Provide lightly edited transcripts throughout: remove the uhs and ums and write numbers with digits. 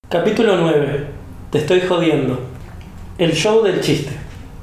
Capítulo 9. Te estoy jodiendo. El show del chiste.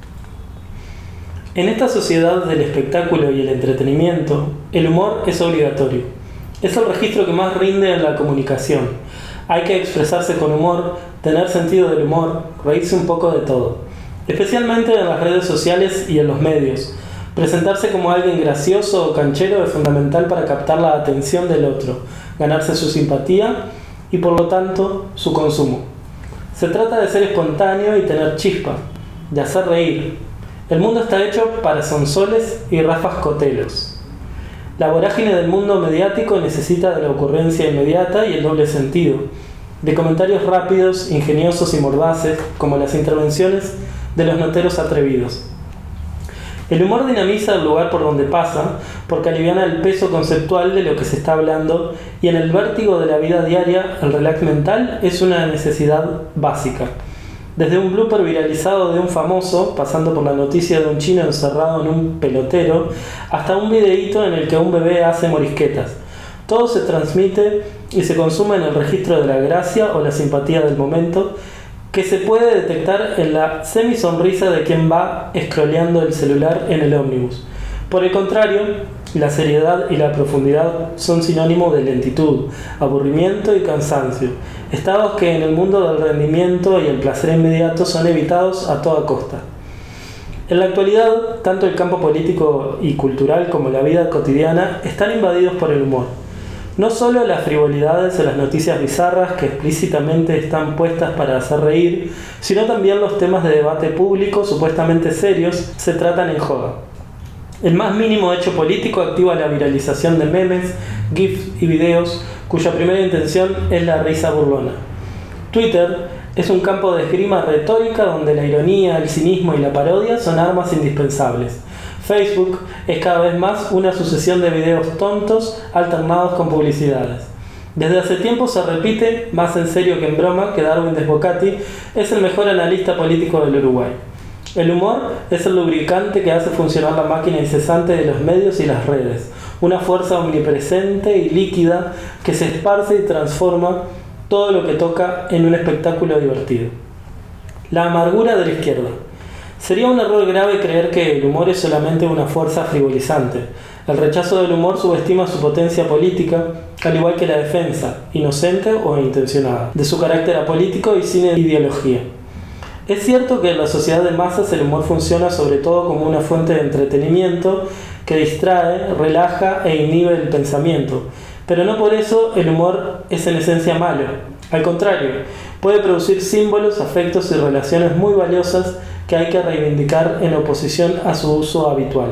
En esta sociedad del espectáculo y el entretenimiento, el humor es obligatorio. Es el registro que más rinde en la comunicación. Hay que expresarse con humor, tener sentido del humor, reírse un poco de todo. Especialmente en las redes sociales y en los medios. Presentarse como alguien gracioso o canchero es fundamental para captar la atención del otro, ganarse su simpatía y por lo tanto su consumo. Se trata de ser espontáneo y tener chispa, de hacer reír. El mundo está hecho para sonsoles y Rafas Cotelos. La vorágine del mundo mediático necesita de la ocurrencia inmediata y el doble sentido, de comentarios rápidos, ingeniosos y mordaces, como las intervenciones de los noteros atrevidos. El humor dinamiza el lugar por donde pasa, porque aliviana el peso conceptual de lo que se está hablando, y en el vértigo de la vida diaria, el relax mental es una necesidad básica. Desde un blooper viralizado de un famoso, pasando por la noticia de un chino encerrado en un pelotero, hasta un videíto en el que un bebé hace morisquetas. Todo se transmite y se consume en el registro de la gracia o la simpatía del momento, que se puede detectar en la semisonrisa de quien va scrolleando el celular en el ómnibus. Por el contrario, la seriedad y la profundidad son sinónimo de lentitud, aburrimiento y cansancio, estados que en el mundo del rendimiento y el placer inmediato son evitados a toda costa. En la actualidad, tanto el campo político y cultural como la vida cotidiana están invadidos por el humor. No solo las frivolidades o las noticias bizarras que explícitamente están puestas para hacer reír, sino también los temas de debate público supuestamente serios se tratan en joda. El más mínimo hecho político activa la viralización de memes, GIFs y videos cuya primera intención es la risa burlona. Twitter es un campo de esgrima retórica donde la ironía, el cinismo y la parodia son armas indispensables. Facebook es cada vez más una sucesión de videos tontos alternados con publicidades. Desde hace tiempo se repite, más en serio que en broma, que Darwin Desbocati es el mejor analista político del Uruguay. El humor es el lubricante que hace funcionar la máquina incesante de los medios y las redes, una fuerza omnipresente y líquida que se esparce y transforma todo lo que toca en un espectáculo divertido. La amargura de la izquierda. Sería un error grave creer que el humor es solamente una fuerza frivolizante. El rechazo del humor subestima su potencia política, al igual que la defensa, inocente o intencionada, de su carácter apolítico y sin ideología. Es cierto que en la sociedad de masas el humor funciona sobre todo como una fuente de entretenimiento que distrae, relaja e inhibe el pensamiento, pero no por eso el humor es en esencia malo. Al contrario, puede producir símbolos, afectos y relaciones muy valiosas que hay que reivindicar en oposición a su uso habitual.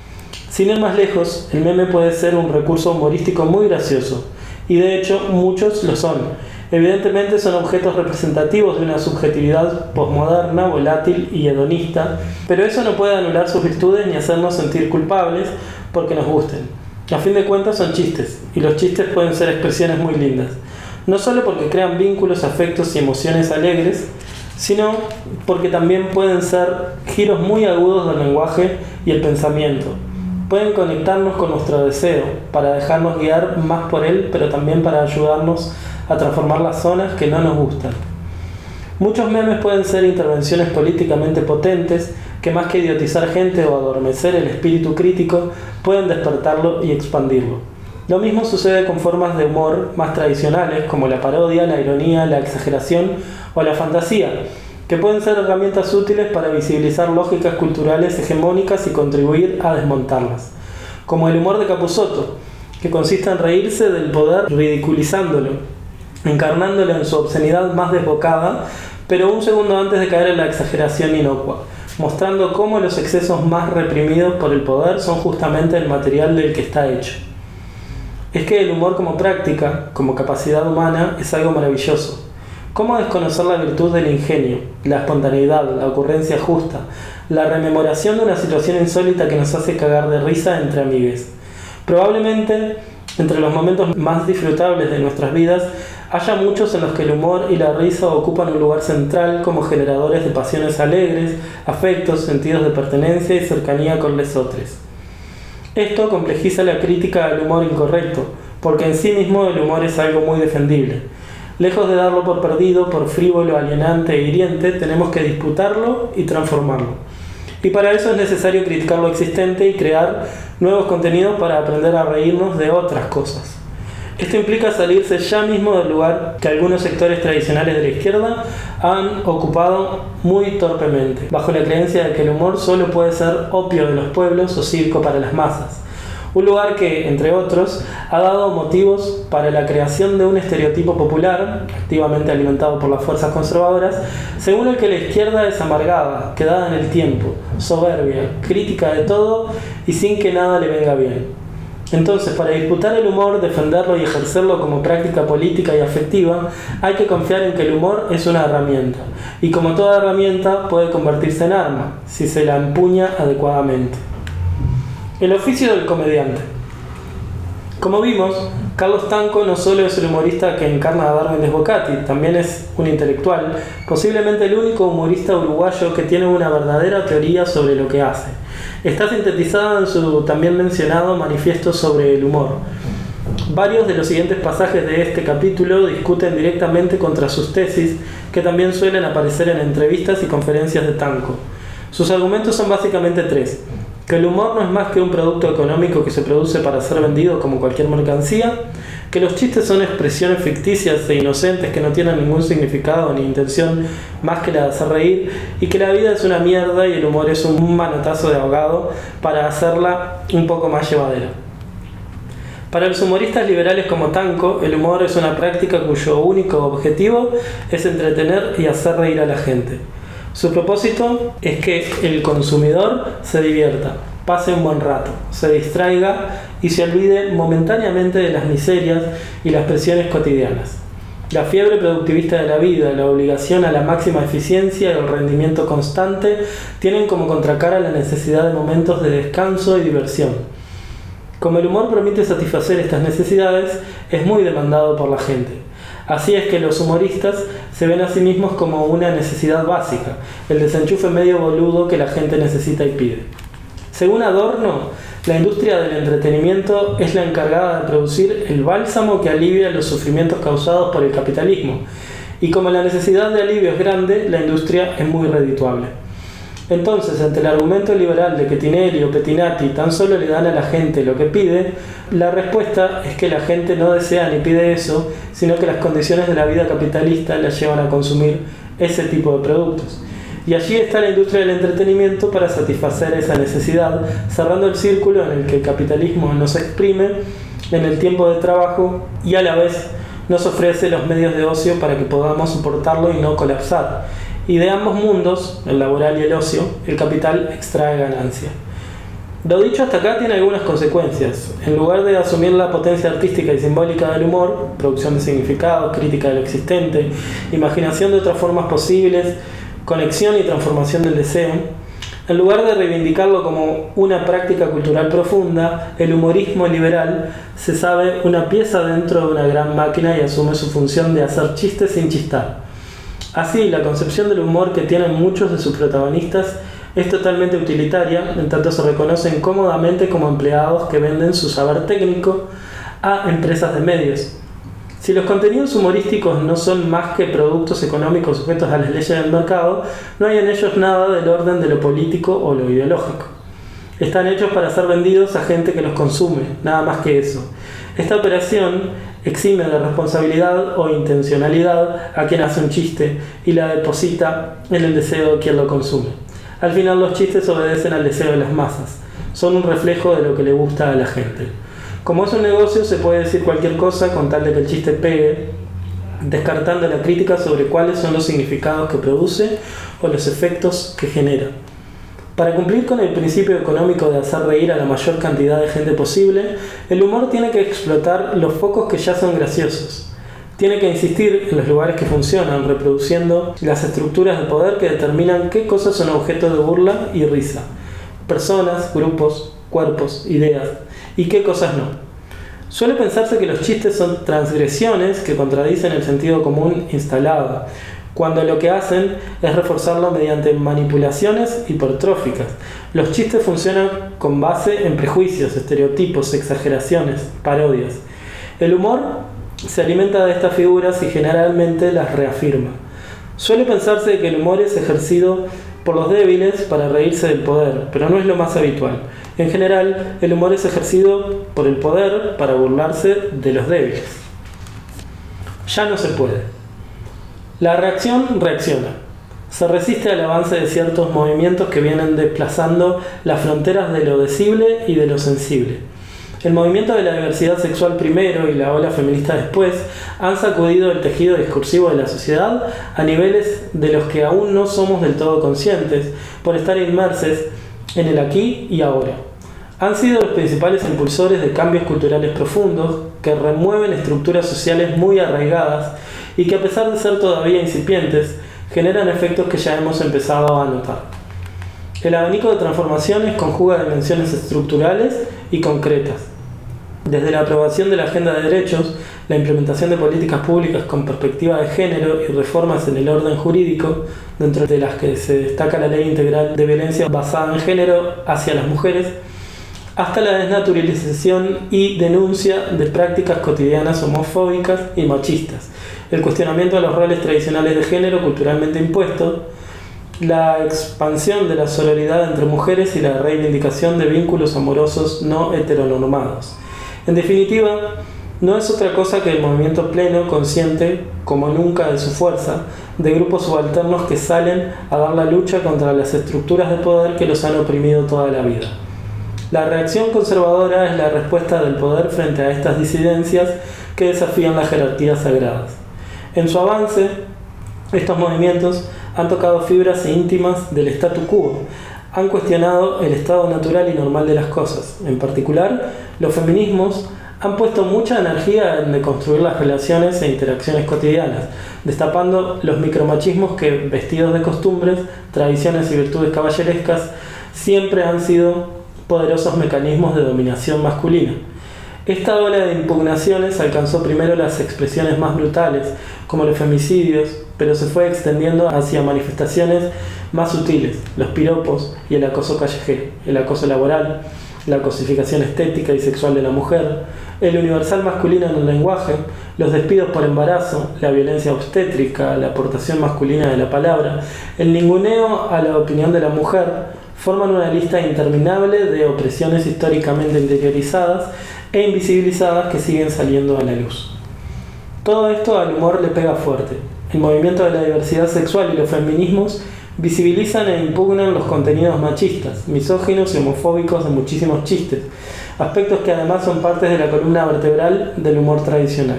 Sin ir más lejos, el meme puede ser un recurso humorístico muy gracioso, y de hecho muchos lo son. Evidentemente son objetos representativos de una subjetividad posmoderna, volátil y hedonista, pero eso no puede anular sus virtudes ni hacernos sentir culpables porque nos gusten. A fin de cuentas son chistes, y los chistes pueden ser expresiones muy lindas, no solo porque crean vínculos, afectos y emociones alegres, sino porque también pueden ser giros muy agudos del lenguaje y el pensamiento. Pueden conectarnos con nuestro deseo, para dejarnos guiar más por él, pero también para ayudarnos a transformar las zonas que no nos gustan. Muchos memes pueden ser intervenciones políticamente potentes que más que idiotizar gente o adormecer el espíritu crítico, pueden despertarlo y expandirlo. Lo mismo sucede con formas de humor más tradicionales como la parodia, la ironía, la exageración o la fantasía, que pueden ser herramientas útiles para visibilizar lógicas culturales hegemónicas y contribuir a desmontarlas. Como el humor de Capusotto, que consiste en reírse del poder ridiculizándolo, encarnándolo en su obscenidad más desbocada, pero un segundo antes de caer en la exageración inocua, mostrando cómo los excesos más reprimidos por el poder son justamente el material del que está hecho. Es que el humor como práctica, como capacidad humana, es algo maravilloso. ¿Cómo desconocer la virtud del ingenio, la espontaneidad, la ocurrencia justa, la rememoración de una situación insólita que nos hace cagar de risa entre amigues? Probablemente, entre los momentos más disfrutables de nuestras vidas, haya muchos en los que el humor y la risa ocupan un lugar central como generadores de pasiones alegres, afectos, sentidos de pertenencia y cercanía con lesotres. Esto complejiza la crítica al humor incorrecto, porque en sí mismo el humor es algo muy defendible. Lejos de darlo por perdido, por frívolo, alienante e hiriente, tenemos que disputarlo y transformarlo. Y para eso es necesario criticar lo existente y crear nuevos contenidos para aprender a reírnos de otras cosas. Esto implica salirse ya mismo del lugar que algunos sectores tradicionales de la izquierda han ocupado muy torpemente, bajo la creencia de que el humor solo puede ser opio de los pueblos o circo para las masas. Un lugar que, entre otros, ha dado motivos para la creación de un estereotipo popular, activamente alimentado por las fuerzas conservadoras, según el que la izquierda es amargada, quedada en el tiempo, soberbia, crítica de todo y sin que nada le venga bien. Entonces, para disputar el humor, defenderlo y ejercerlo como práctica política y afectiva, hay que confiar en que el humor es una herramienta, y como toda herramienta puede convertirse en arma, si se la empuña adecuadamente. El oficio del comediante. Como vimos, Carlos Tanco no solo es el humorista que encarna a Darwin Desbocati, también es un intelectual, posiblemente el único humorista uruguayo que tiene una verdadera teoría sobre lo que hace. Está sintetizada en su también mencionado Manifiesto sobre el humor. Varios de los siguientes pasajes de este capítulo discuten directamente contra sus tesis, que también suelen aparecer en entrevistas y conferencias de Tanco. Sus argumentos son básicamente tres: que el humor no es más que un producto económico que se produce para ser vendido como cualquier mercancía, que los chistes son expresiones ficticias e inocentes que no tienen ningún significado ni intención más que la de hacer reír, y que la vida es una mierda y el humor es un manotazo de ahogado para hacerla un poco más llevadera. Para los humoristas liberales como Tanco, el humor es una práctica cuyo único objetivo es entretener y hacer reír a la gente. Su propósito es que el consumidor se divierta, pase un buen rato, se distraiga y se olvide momentáneamente de las miserias y las presiones cotidianas. La fiebre productivista de la vida, la obligación a la máxima eficiencia y el rendimiento constante tienen como contracara la necesidad de momentos de descanso y diversión. Como el humor permite satisfacer estas necesidades, es muy demandado por la gente. Así es que los humoristas se ven a sí mismos como una necesidad básica, el desenchufe medio boludo que la gente necesita y pide. Según Adorno, la industria del entretenimiento es la encargada de producir el bálsamo que alivia los sufrimientos causados por el capitalismo, y como la necesidad de alivio es grande, la industria es muy redituable. Entonces, ante el argumento liberal de que Tinelli o Pettinati tan solo le dan a la gente lo que pide, la respuesta es que la gente no desea ni pide eso, sino que las condiciones de la vida capitalista la llevan a consumir ese tipo de productos. Y allí está la industria del entretenimiento para satisfacer esa necesidad, cerrando el círculo en el que el capitalismo nos exprime en el tiempo de trabajo y a la vez nos ofrece los medios de ocio para que podamos soportarlo y no colapsar. Y de ambos mundos, el laboral y el ocio, el capital extrae ganancia. Lo dicho hasta acá tiene algunas consecuencias. En lugar de asumir la potencia artística y simbólica del humor, producción de significados, crítica de lo existente, imaginación de otras formas posibles, conexión y transformación del deseo, en lugar de reivindicarlo como una práctica cultural profunda, el humorismo liberal se sabe una pieza dentro de una gran máquina y asume su función de hacer chistes sin chistar. Así, la concepción del humor que tienen muchos de sus protagonistas es totalmente utilitaria, en tanto se reconocen cómodamente como empleados que venden su saber técnico a empresas de medios. Si los contenidos humorísticos no son más que productos económicos sujetos a las leyes del mercado, no hay en ellos nada del orden de lo político o lo ideológico. Están hechos para ser vendidos a gente que los consume, nada más que eso. Esta operación exime de responsabilidad o intencionalidad a quien hace un chiste y la deposita en el deseo de quien lo consume. Al final los chistes obedecen al deseo de las masas, son un reflejo de lo que le gusta a la gente. Como es un negocio, se puede decir cualquier cosa con tal de que el chiste pegue, descartando la crítica sobre cuáles son los significados que produce o los efectos que genera. Para cumplir con el principio económico de hacer reír a la mayor cantidad de gente posible, el humor tiene que explotar los focos que ya son graciosos. Tiene que insistir en los lugares que funcionan, reproduciendo las estructuras de poder que determinan qué cosas son objeto de burla y risa. Personas, grupos, cuerpos, ideas, y qué cosas no. Suele pensarse que los chistes son transgresiones que contradicen el sentido común instalado, cuando lo que hacen es reforzarlo mediante manipulaciones hipertróficas. Los chistes funcionan con base en prejuicios, estereotipos, exageraciones, parodias. El humor se alimenta de estas figuras y generalmente las reafirma. Suele pensarse que el humor es ejercido por los débiles para reírse del poder, pero no es lo más habitual. En general, el humor es ejercido por el poder para burlarse de los débiles. Ya no se puede. La reacción reacciona. Se resiste al avance de ciertos movimientos que vienen desplazando las fronteras de lo decible y de lo sensible. El movimiento de la diversidad sexual primero y la ola feminista después han sacudido el tejido discursivo de la sociedad a niveles de los que aún no somos del todo conscientes por estar inmersos en el aquí y ahora. Han sido los principales impulsores de cambios culturales profundos que remueven estructuras sociales muy arraigadas y que, a pesar de ser todavía incipientes, generan efectos que ya hemos empezado a notar. El abanico de transformaciones conjuga dimensiones estructurales y concretas. Desde la aprobación de la Agenda de Derechos, la implementación de políticas públicas con perspectiva de género y reformas en el orden jurídico, dentro de las que se destaca la Ley Integral de Violencia basada en género hacia las mujeres, hasta la desnaturalización y denuncia de prácticas cotidianas homofóbicas y machistas, el cuestionamiento de los roles tradicionales de género culturalmente impuestos, la expansión de la sororidad entre mujeres y la reivindicación de vínculos amorosos no heteronormados. En definitiva, no es otra cosa que el movimiento pleno, consciente, como nunca de su fuerza, de grupos subalternos que salen a dar la lucha contra las estructuras de poder que los han oprimido toda la vida. La reacción conservadora es la respuesta del poder frente a estas disidencias que desafían las jerarquías sagradas. En su avance, estos movimientos han tocado fibras íntimas del statu quo, han cuestionado el estado natural y normal de las cosas. En particular, los feminismos han puesto mucha energía en deconstruir las relaciones e interacciones cotidianas, destapando los micromachismos que, vestidos de costumbres, tradiciones y virtudes caballerescas, siempre han sido poderosos mecanismos de dominación masculina. Esta ola de impugnaciones alcanzó primero las expresiones más brutales, como los femicidios, pero se fue extendiendo hacia manifestaciones más sutiles, los piropos y el acoso callejero, el acoso laboral, la cosificación estética y sexual de la mujer, el universal masculino en el lenguaje, los despidos por embarazo, la violencia obstétrica, la aportación masculina de la palabra, el ninguneo a la opinión de la mujer, forman una lista interminable de opresiones históricamente interiorizadas e invisibilizadas que siguen saliendo a la luz. Todo esto al humor le pega fuerte. El movimiento de la diversidad sexual y los feminismos visibilizan e impugnan los contenidos machistas, misóginos y homofóbicos de muchísimos chistes, aspectos que además son partes de la columna vertebral del humor tradicional.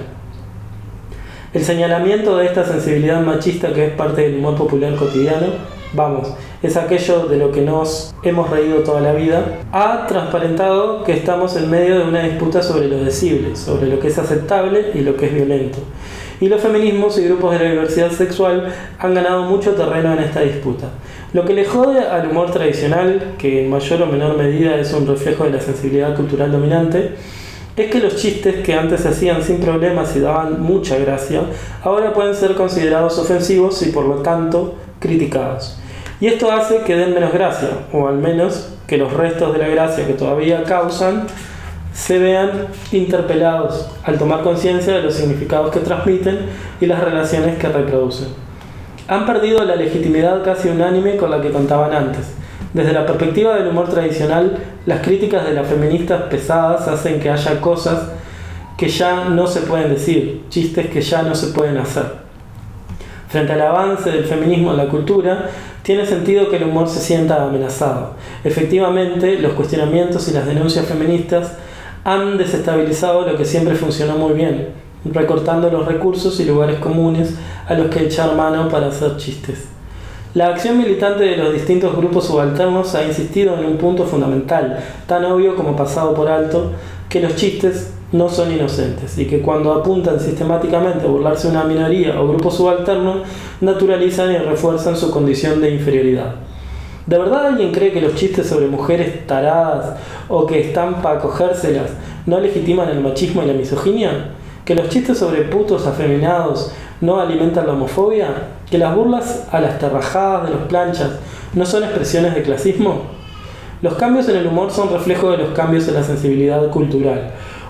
El señalamiento de esta sensibilidad machista que es parte del humor popular cotidiano, es aquello de lo que nos hemos reído toda la vida, ha transparentado que estamos en medio de una disputa sobre lo decible, sobre lo que es aceptable y lo que es violento. Y los feminismos y grupos de la diversidad sexual han ganado mucho terreno en esta disputa. Lo que le jode al humor tradicional, que en mayor o menor medida es un reflejo de la sensibilidad cultural dominante, es que los chistes que antes se hacían sin problemas y daban mucha gracia, ahora pueden ser considerados ofensivos y por lo tanto criticados. Y esto hace que den menos gracia, o al menos que los restos de la gracia que todavía causan se vean interpelados al tomar conciencia de los significados que transmiten y las relaciones que reproducen. Han perdido la legitimidad casi unánime con la que contaban antes. Desde la perspectiva del humor tradicional, las críticas de las feministas pesadas hacen que haya cosas que ya no se pueden decir, chistes que ya no se pueden hacer. Frente al avance del feminismo en la cultura, tiene sentido que el humor se sienta amenazado. Efectivamente, los cuestionamientos y las denuncias feministas han desestabilizado lo que siempre funcionó muy bien, recortando los recursos y lugares comunes a los que echar mano para hacer chistes. La acción militante de los distintos grupos subalternos ha insistido en un punto fundamental, tan obvio como pasado por alto, que los chistes no son inocentes y que cuando apuntan sistemáticamente a burlarse de una minoría o grupo subalterno, naturalizan y refuerzan su condición de inferioridad. ¿De verdad alguien cree que los chistes sobre mujeres taradas o que están para cogérselas no legitiman el machismo y la misoginia? ¿Que los chistes sobre putos afeminados no alimentan la homofobia? ¿Que las burlas a las terrajadas de los planchas no son expresiones de clasismo? Los cambios en el humor son reflejo de los cambios en la sensibilidad cultural.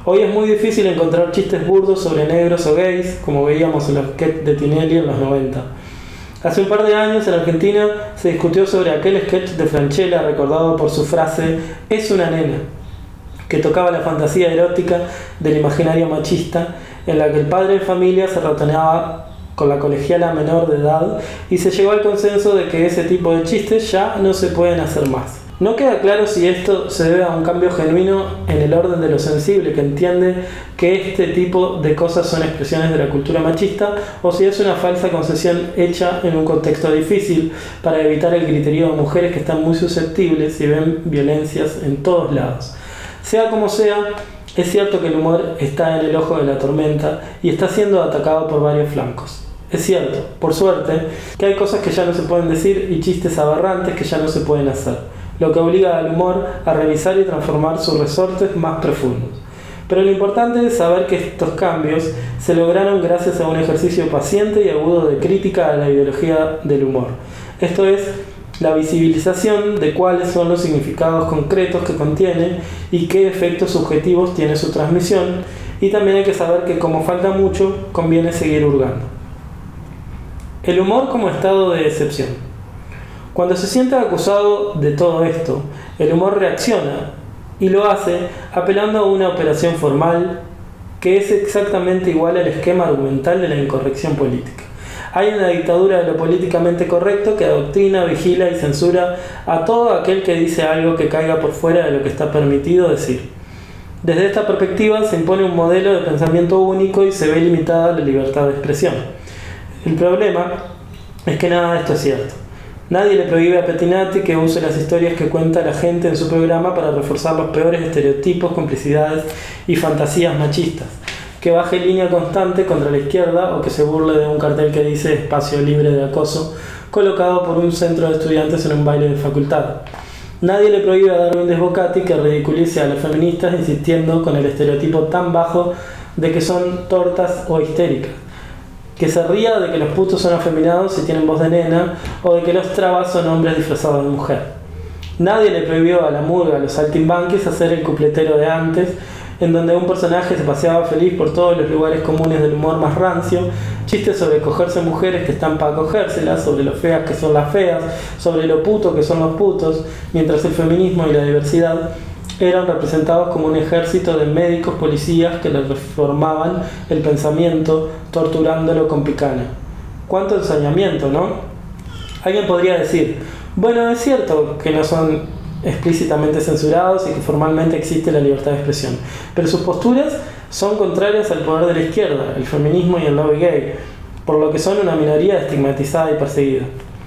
Hoy es muy difícil encontrar chistes burdos sobre negros o gays, como veíamos en los sketches de Tinelli en los 90. Hace un par de años en Argentina se discutió sobre aquel sketch de Francella recordado por su frase "es una nena", que tocaba la fantasía erótica del imaginario machista, en la que el padre de familia se ratoneaba con la colegiala menor de edad y se llegó al consenso de que ese tipo de chistes ya no se pueden hacer más. No queda claro si esto se debe a un cambio genuino en el orden de lo sensible, que entiende que este tipo de cosas son expresiones de la cultura machista, o si es una falsa concesión hecha en un contexto difícil para evitar el griterío de mujeres que están muy susceptibles y ven violencias en todos lados. Sea como sea, es cierto que el humor está en el ojo de la tormenta y está siendo atacado por varios flancos. Es cierto, por suerte, que hay cosas que ya no se pueden decir y chistes aberrantes que ya no se pueden hacer, lo que obliga al humor a revisar y transformar sus resortes más profundos. Pero lo importante es saber que estos cambios se lograron gracias a un ejercicio paciente y agudo de crítica a la ideología del humor. Esto es, la visibilización de cuáles son los significados concretos que contiene y qué efectos subjetivos tiene su transmisión, y también hay que saber que como falta mucho, conviene seguir hurgando. El humor como estado de excepción. Cuando se siente acusado de todo esto, el humor reacciona, y lo hace apelando a una operación formal que es exactamente igual al esquema argumental de la incorrección política. Hay una dictadura de lo políticamente correcto que adoctrina, vigila y censura a todo aquel que dice algo que caiga por fuera de lo que está permitido decir. Desde esta perspectiva se impone un modelo de pensamiento único y se ve limitada la libertad de expresión. El problema es que nada de esto es cierto. Nadie le prohíbe a Pettinati que use las historias que cuenta la gente en su programa para reforzar los peores estereotipos, complicidades y fantasías machistas, que baje línea constante contra la izquierda o que se burle de un cartel que dice "espacio libre de acoso", colocado por un centro de estudiantes en un baile de facultad. Nadie le prohíbe a Darwin Desbocati que ridiculice a las feministas insistiendo con el estereotipo tan bajo de que son tortas o histéricas, que se ría de que los putos son afeminados y tienen voz de nena, o de que los trabas son hombres disfrazados de mujer. Nadie le prohibió a la murga, a los saltimbanquis, hacer el cupletero de antes, en donde un personaje se paseaba feliz por todos los lugares comunes del humor más rancio, chistes sobre cogerse mujeres que están para cogérselas, sobre lo feas que son las feas, sobre lo puto que son los putos, mientras el feminismo y la diversidad eran representados como un ejército de médicos policías que le reformaban el pensamiento, torturándolo con picana. ¡Cuánto ensañamiento!, ¿no? Alguien podría decir, bueno, es cierto que no son explícitamente censurados y que formalmente existe la libertad de expresión, pero sus posturas son contrarias al poder de la izquierda, el feminismo y el lobby gay, por lo que son una minoría estigmatizada y perseguida.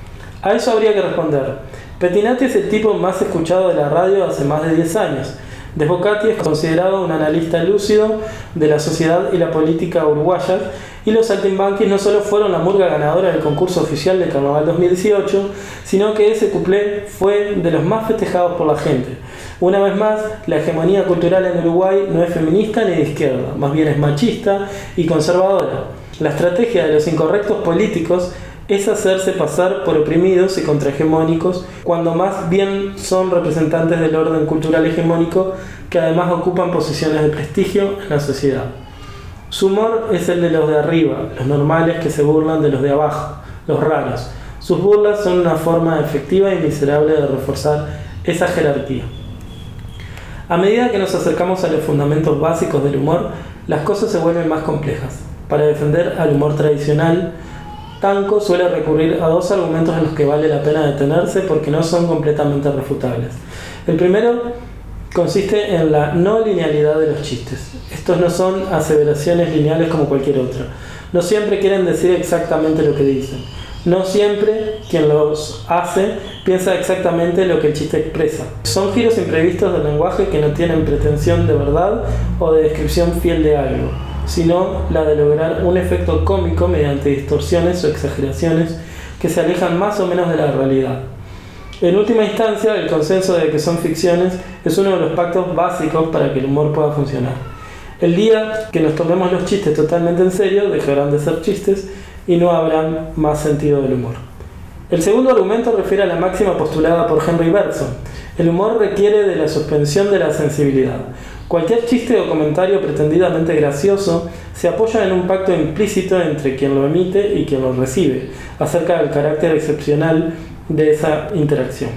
A eso habría que responder: Pettinati es el tipo más escuchado de la radio hace más de 10 años. Desbocati es considerado un analista lúcido de la sociedad y la política uruguayas, y los saltimbanquis no solo fueron la murga ganadora del concurso oficial del Carnaval 2018, sino que ese cuplé fue de los más festejados por la gente. Una vez más, la hegemonía cultural en Uruguay no es feminista ni de izquierda, más bien es machista y conservadora. La estrategia de los incorrectos políticos es hacerse pasar por oprimidos y contrahegemónicos, cuando más bien son representantes del orden cultural hegemónico que además ocupan posiciones de prestigio en la sociedad. Su humor es el de los de arriba, los normales que se burlan de los de abajo, los raros. Sus burlas son una forma efectiva y miserable de reforzar esa jerarquía. A medida que nos acercamos a los fundamentos básicos del humor, las cosas se vuelven más complejas. Para defender al humor tradicional, Tanco suele recurrir a dos argumentos en los que vale la pena detenerse porque no son completamente refutables. El primero consiste en la no linealidad de los chistes. Estos no son aseveraciones lineales como cualquier otra. No siempre quieren decir exactamente lo que dicen. No siempre quien los hace piensa exactamente lo que el chiste expresa. Son giros imprevistos del lenguaje que no tienen pretensión de verdad o de descripción fiel de algo, sino la de lograr un efecto cómico mediante distorsiones o exageraciones que se alejan más o menos de la realidad. En última instancia, el consenso de que son ficciones es uno de los pactos básicos para que el humor pueda funcionar. El día que nos tomemos los chistes totalmente en serio, dejarán de ser chistes y no habrá más sentido del humor. El segundo argumento refiere a la máxima postulada por Henry Bergson, El humor requiere de la suspensión de la sensibilidad. Cualquier chiste o comentario pretendidamente gracioso se apoya en un pacto implícito entre quien lo emite y quien lo recibe, acerca del carácter excepcional de esa interacción.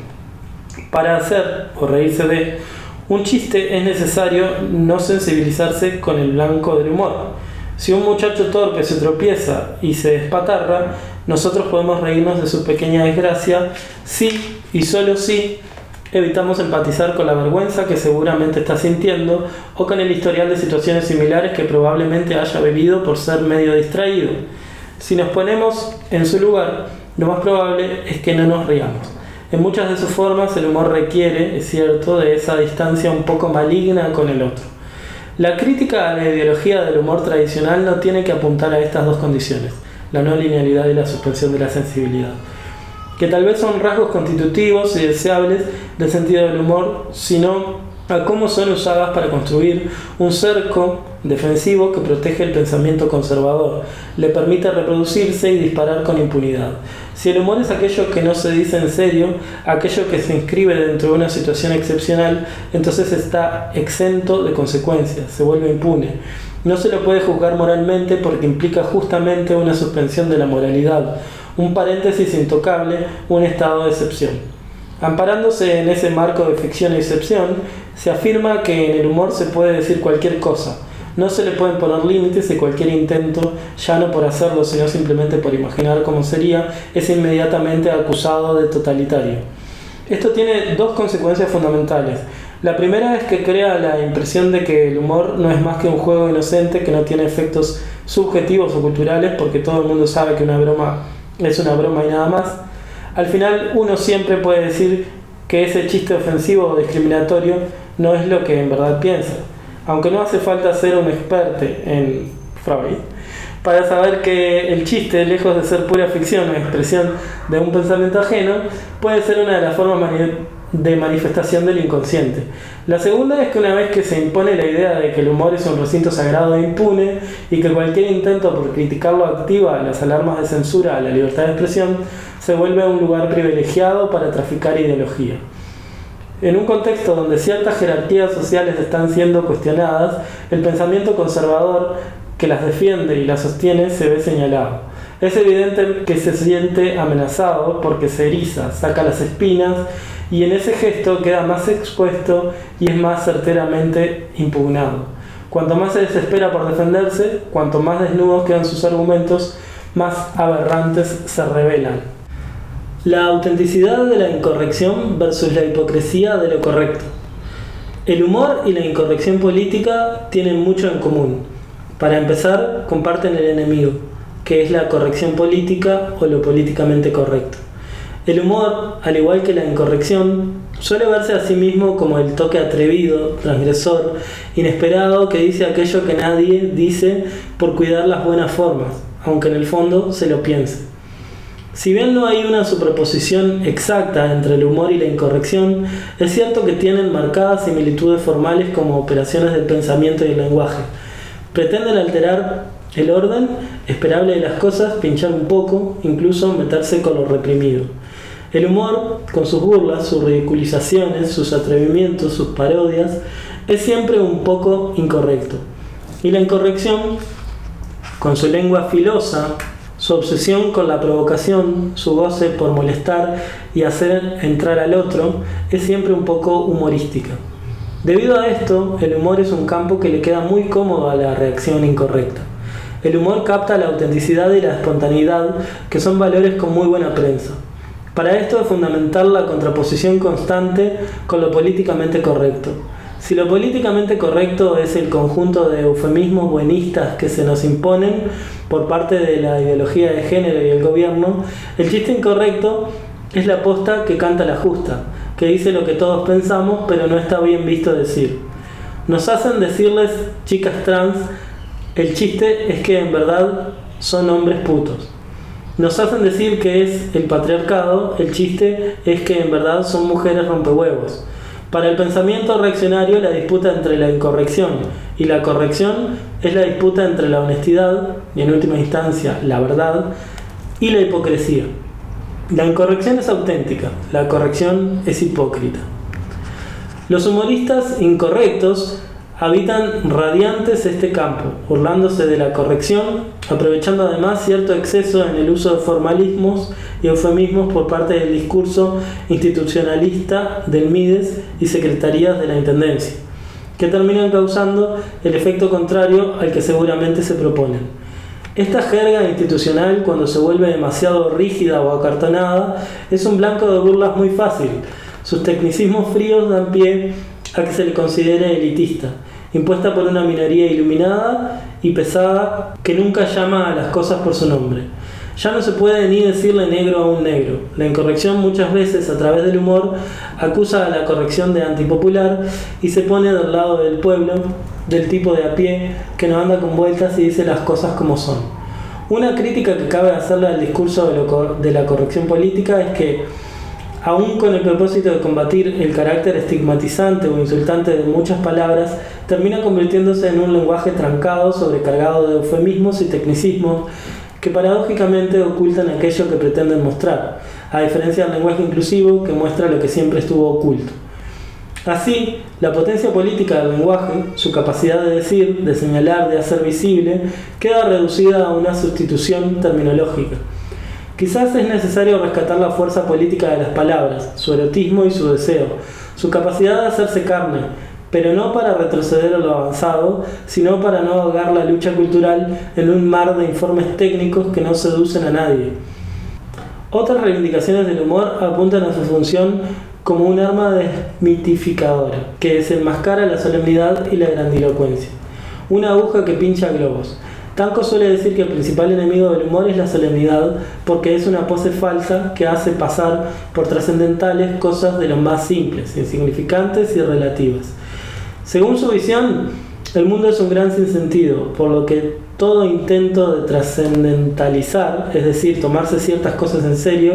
Para hacer o reírse de un chiste es necesario no sensibilizarse con el blanco del humor. Si un muchacho torpe se tropieza y se despatarra, nosotros podemos reírnos de su pequeña desgracia si y solo si evitamos empatizar con la vergüenza que seguramente está sintiendo o con el historial de situaciones similares que probablemente haya vivido por ser medio distraído. Si nos ponemos en su lugar, lo más probable es que no nos riamos. En muchas de sus formas el humor requiere, es cierto, de esa distancia un poco maligna con el otro. La crítica a la ideología del humor tradicional no tiene que apuntar a estas dos condiciones, la no linealidad y la suspensión de la sensibilidad, que tal vez son rasgos constitutivos y deseables del sentido del humor, sino a cómo son usadas para construir un cerco defensivo que protege el pensamiento conservador, le permite reproducirse y disparar con impunidad. Si el humor es aquello que no se dice en serio, aquello que se inscribe dentro de una situación excepcional, entonces está exento de consecuencias, se vuelve impune. No se lo puede juzgar moralmente porque implica justamente una suspensión de la moralidad, un paréntesis intocable, un estado de excepción. Amparándose en ese marco de ficción y excepción, se afirma que en el humor se puede decir cualquier cosa. No se le pueden poner límites y cualquier intento, ya no por hacerlo, sino simplemente por imaginar cómo sería, es inmediatamente acusado de totalitario. Esto tiene dos consecuencias fundamentales. La primera es que crea la impresión de que el humor no es más que un juego inocente que no tiene efectos subjetivos o culturales, porque todo el mundo sabe que una broma es una broma y nada más. Al final uno siempre puede decir que ese chiste ofensivo o discriminatorio no es lo que en verdad piensa, aunque no hace falta ser un experto en Freud para saber que el chiste, lejos de ser pura ficción o expresión de un pensamiento ajeno, puede ser una de las formas de manifestación del inconsciente. La segunda es que una vez que se impone la idea de que el humor es un recinto sagrado e impune y que cualquier intento por criticarlo activa las alarmas de censura a la libertad de expresión, se vuelve un lugar privilegiado para traficar ideología. En un contexto donde ciertas jerarquías sociales están siendo cuestionadas, el pensamiento conservador que las defiende y las sostiene se ve señalado. Es evidente que se siente amenazado porque se eriza, saca las espinas y en ese gesto queda más expuesto y es más certeramente impugnado. Cuanto más se desespera por defenderse, cuanto más desnudos quedan sus argumentos, más aberrantes se revelan. La autenticidad de la incorrección versus la hipocresía de lo correcto. El humor y la incorrección política tienen mucho en común. Para empezar, comparten el enemigo, que es la corrección política o lo políticamente correcto. El humor, al igual que la incorrección, suele verse a sí mismo como el toque atrevido, transgresor, inesperado que dice aquello que nadie dice por cuidar las buenas formas, aunque en el fondo se lo piense. Si bien no hay una superposición exacta entre el humor y la incorrección, es cierto que tienen marcadas similitudes formales como operaciones del pensamiento y el lenguaje. Pretenden alterar el orden esperable de las cosas, pinchar un poco, incluso meterse con lo reprimido. El humor, con sus burlas, sus ridiculizaciones, sus atrevimientos, sus parodias, es siempre un poco incorrecto. Y la incorrección, con su lengua filosa, su obsesión con la provocación, su goce por molestar y hacer entrar al otro, es siempre un poco humorística. Debido a esto, el humor es un campo que le queda muy cómodo a la reacción incorrecta. El humor capta la autenticidad y la espontaneidad, que son valores con muy buena prensa. Para esto es fundamental la contraposición constante con lo políticamente correcto. Si lo políticamente correcto es el conjunto de eufemismos buenistas que se nos imponen por parte de la ideología de género y el gobierno, el chiste incorrecto es la posta que canta la justa, que dice lo que todos pensamos pero no está bien visto decir. Nos hacen decirles chicas trans, el chiste es que en verdad son hombres putos. Nos hacen decir que es el patriarcado, el chiste es que en verdad son mujeres rompehuevos. Para el pensamiento reaccionario, la disputa entre la incorrección y la corrección es la disputa entre la honestidad, y en última instancia la verdad, y la hipocresía. La incorrección es auténtica, la corrección es hipócrita. Los humoristas incorrectos habitan radiantes este campo, burlándose de la corrección, aprovechando además cierto exceso en el uso de formalismos y eufemismos por parte del discurso institucionalista del MIDES y secretarías de la Intendencia, que terminan causando el efecto contrario al que seguramente se proponen. Esta jerga institucional, cuando se vuelve demasiado rígida o acartonada, es un blanco de burlas muy fácil. Sus tecnicismos fríos dan pie a que se le considere elitista, impuesta por una minoría iluminada y pesada que nunca llama a las cosas por su nombre. Ya no se puede ni decirle negro a un negro. La incorrección muchas veces, a través del humor, acusa a la corrección de antipopular y se pone del lado del pueblo, del tipo de a pie, que no anda con vueltas y dice las cosas como son. Una crítica que cabe hacerle al discurso de la corrección política es que, aún con el propósito de combatir el carácter estigmatizante o insultante de muchas palabras, termina convirtiéndose en un lenguaje trancado, sobrecargado de eufemismos y tecnicismos que paradójicamente ocultan aquello que pretenden mostrar, a diferencia del lenguaje inclusivo que muestra lo que siempre estuvo oculto. Así, la potencia política del lenguaje, su capacidad de decir, de señalar, de hacer visible, queda reducida a una sustitución terminológica. Quizás es necesario rescatar la fuerza política de las palabras, su erotismo y su deseo, su capacidad de hacerse carne, pero no para retroceder a lo avanzado, sino para no ahogar la lucha cultural en un mar de informes técnicos que no seducen a nadie. Otras reivindicaciones del humor apuntan a su función como un arma desmitificadora, que desenmascara la solemnidad y la grandilocuencia. Una aguja que pincha globos. Tanco suele decir que el principal enemigo del humor es la solemnidad, porque es una pose falsa que hace pasar por trascendentales cosas de lo más simples, insignificantes y relativas. Según su visión, el mundo es un gran sinsentido, por lo que todo intento de trascendentalizar, es decir, tomarse ciertas cosas en serio,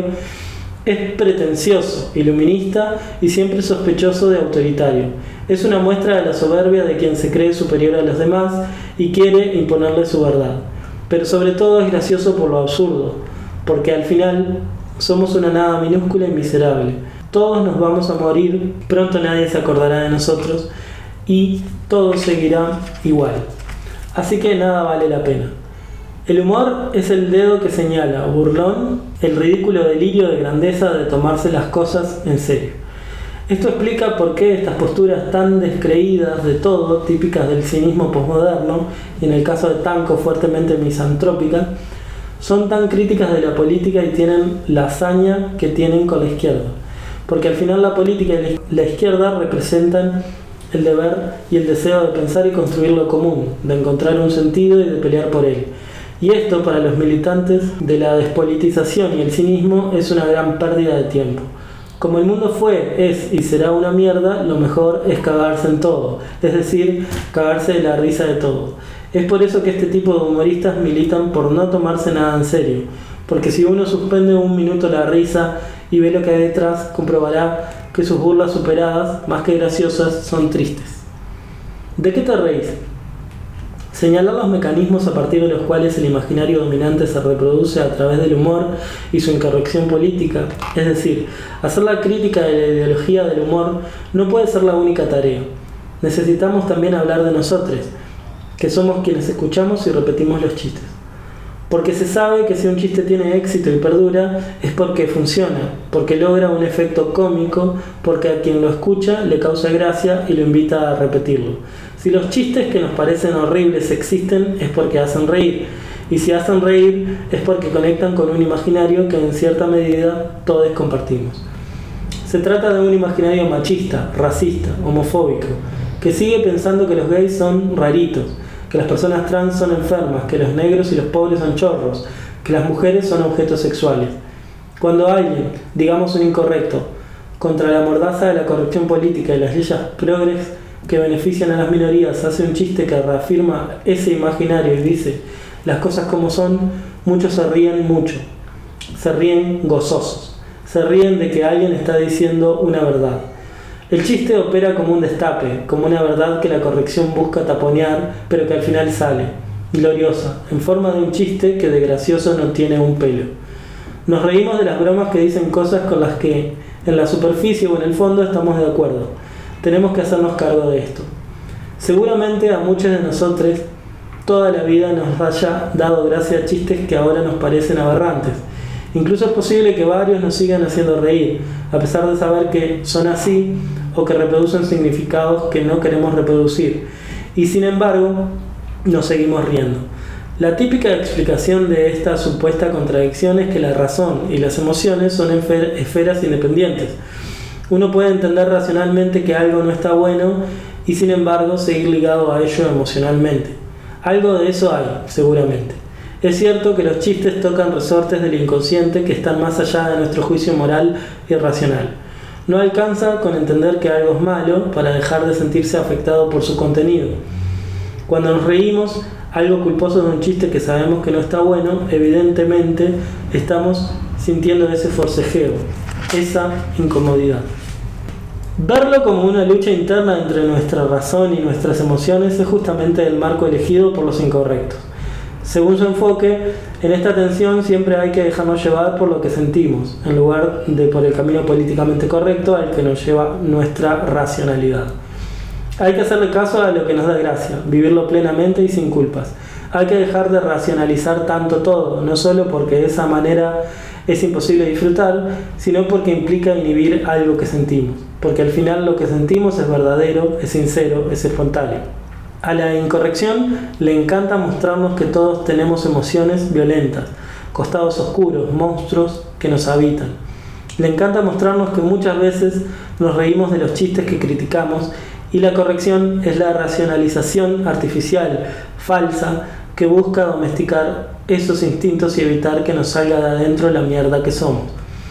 es pretencioso, iluminista y siempre sospechoso de autoritario. Es una muestra de la soberbia de quien se cree superior a los demás y quiere imponerle su verdad. Pero sobre todo es gracioso por lo absurdo, porque al final somos una nada minúscula y miserable. Todos nos vamos a morir, pronto nadie se acordará de nosotros y todo seguirá igual. Así que nada vale la pena. El humor es el dedo que señala, burlón, el ridículo delirio de grandeza de tomarse las cosas en serio. Esto explica por qué estas posturas tan descreídas de todo, típicas del cinismo posmoderno, y en el caso de Tanco fuertemente misantrópicas, son tan críticas de la política y tienen la hazaña que tienen con la izquierda. Porque al final la política y la izquierda representan el deber y el deseo de pensar y construir lo común, de encontrar un sentido y de pelear por él. Y esto, para los militantes de la despolitización y el cinismo, es una gran pérdida de tiempo. Como el mundo fue, es y será una mierda, lo mejor es cagarse en todo, es decir, cagarse de la risa de todo. Es por eso que este tipo de humoristas militan por no tomarse nada en serio, porque si uno suspende un minuto la risa y ve lo que hay detrás, comprobará que sus burlas superadas, más que graciosas, son tristes. ¿De qué te reís? Señalar los mecanismos a partir de los cuales el imaginario dominante se reproduce a través del humor y su incorrección política, es decir, hacer la crítica de la ideología del humor, no puede ser la única tarea. Necesitamos también hablar de nosotros, que somos quienes escuchamos y repetimos los chistes. Porque se sabe que si un chiste tiene éxito y perdura, es porque funciona, porque logra un efecto cómico, porque a quien lo escucha le causa gracia y lo invita a repetirlo. Si los chistes que nos parecen horribles existen, es porque hacen reír. Y si hacen reír, es porque conectan con un imaginario que en cierta medida todos compartimos. Se trata de un imaginario machista, racista, homofóbico, que sigue pensando que los gays son raritos, que las personas trans son enfermas, que los negros y los pobres son chorros, que las mujeres son objetos sexuales. Cuando alguien, digamos un incorrecto, contra la mordaza de la corrección política y las leyes progres que benefician a las minorías, hace un chiste que reafirma ese imaginario y dice las cosas como son, muchos se ríen mucho, se ríen gozosos, se ríen de que alguien está diciendo una verdad. El chiste opera como un destape, como una verdad que la corrección busca taponear, pero que al final sale, gloriosa, en forma de un chiste que de gracioso no tiene un pelo. Nos reímos de las bromas que dicen cosas con las que en la superficie o en el fondo estamos de acuerdo. tenemos que hacernos cargo de esto. Seguramente a muchos de nosotros toda la vida nos haya dado gracia a chistes que ahora nos parecen aberrantes. Incluso es posible que varios nos sigan haciendo reír, a pesar de saber que son así o que reproducen significados que no queremos reproducir. Y sin embargo, nos seguimos riendo. La típica explicación de esta supuesta contradicción es que la razón y las emociones son esferas independientes. Uno puede entender racionalmente que algo no está bueno y sin embargo seguir ligado a ello emocionalmente. Algo de eso hay, seguramente. Es cierto que los chistes tocan resortes del inconsciente que están más allá de nuestro juicio moral y racional. No alcanza con entender que algo es malo para dejar de sentirse afectado por su contenido. Cuando nos reímos algo culposo de un chiste que sabemos que no está bueno, evidentemente estamos sintiendo ese forcejeo, esa incomodidad. Verlo como una lucha interna entre nuestra razón y nuestras emociones es justamente el marco elegido por los incorrectos. Según su enfoque, en esta tensión siempre hay que dejarnos llevar por lo que sentimos, en lugar de por el camino políticamente correcto al que nos lleva nuestra racionalidad. Hay que hacerle caso a lo que nos da gracia, vivirlo plenamente y sin culpas. Hay que dejar de racionalizar tanto todo, no solo porque de esa manera es imposible disfrutar, sino porque implica inhibir algo que sentimos. Porque al final lo que sentimos es verdadero, es sincero, es espontáneo. A la incorrección le encanta mostrarnos que todos tenemos emociones violentas, costados oscuros, monstruos que nos habitan. Le encanta mostrarnos que muchas veces nos reímos de los chistes que criticamos y la corrección es la racionalización artificial, falsa, que busca domesticar esos instintos y evitar que nos salga de adentro la mierda que somos.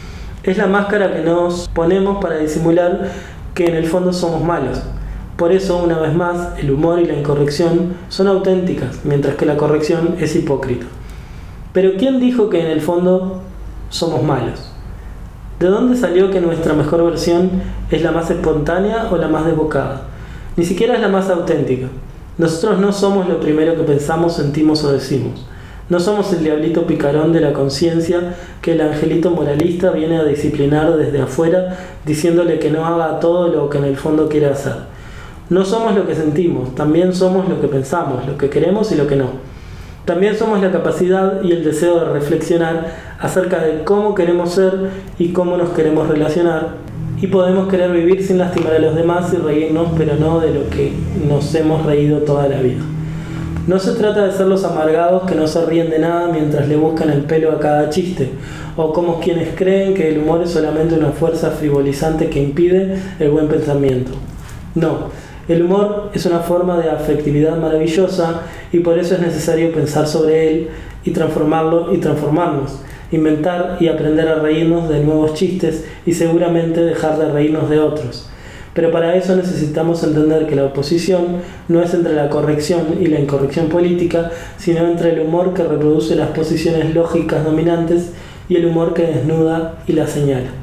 Es la máscara que nos ponemos para disimular que en el fondo somos malos. Por eso, una vez más, el humor y la incorrección son auténticas, mientras que la corrección es hipócrita. Pero ¿quién dijo que en el fondo somos malos? ¿De dónde salió que nuestra mejor versión es la más espontánea o la más desbocada? Ni siquiera es la más auténtica. Nosotros no somos lo primero que pensamos, sentimos o decimos. No somos el diablito picarón de la conciencia que el angelito moralista viene a disciplinar desde afuera diciéndole que no haga todo lo que en el fondo quiere hacer. No somos lo que sentimos, también somos lo que pensamos, lo que queremos y lo que no. También somos la capacidad y el deseo de reflexionar acerca de cómo queremos ser y cómo nos queremos relacionar, y podemos querer vivir sin lastimar a los demás y reírnos, pero no de lo que nos hemos reído toda la vida. No se trata de ser los amargados que no se ríen de nada mientras le buscan el pelo a cada chiste, o como quienes creen que el humor es solamente una fuerza frivolizante que impide el buen pensamiento. No. El humor es una forma de afectividad maravillosa y por eso es necesario pensar sobre él y transformarlo y transformarnos, inventar y aprender a reírnos de nuevos chistes y seguramente dejar de reírnos de otros. Pero para eso necesitamos entender que la oposición no es entre la corrección y la incorrección política, sino entre el humor que reproduce las posiciones lógicas dominantes y el humor que desnuda y las señala.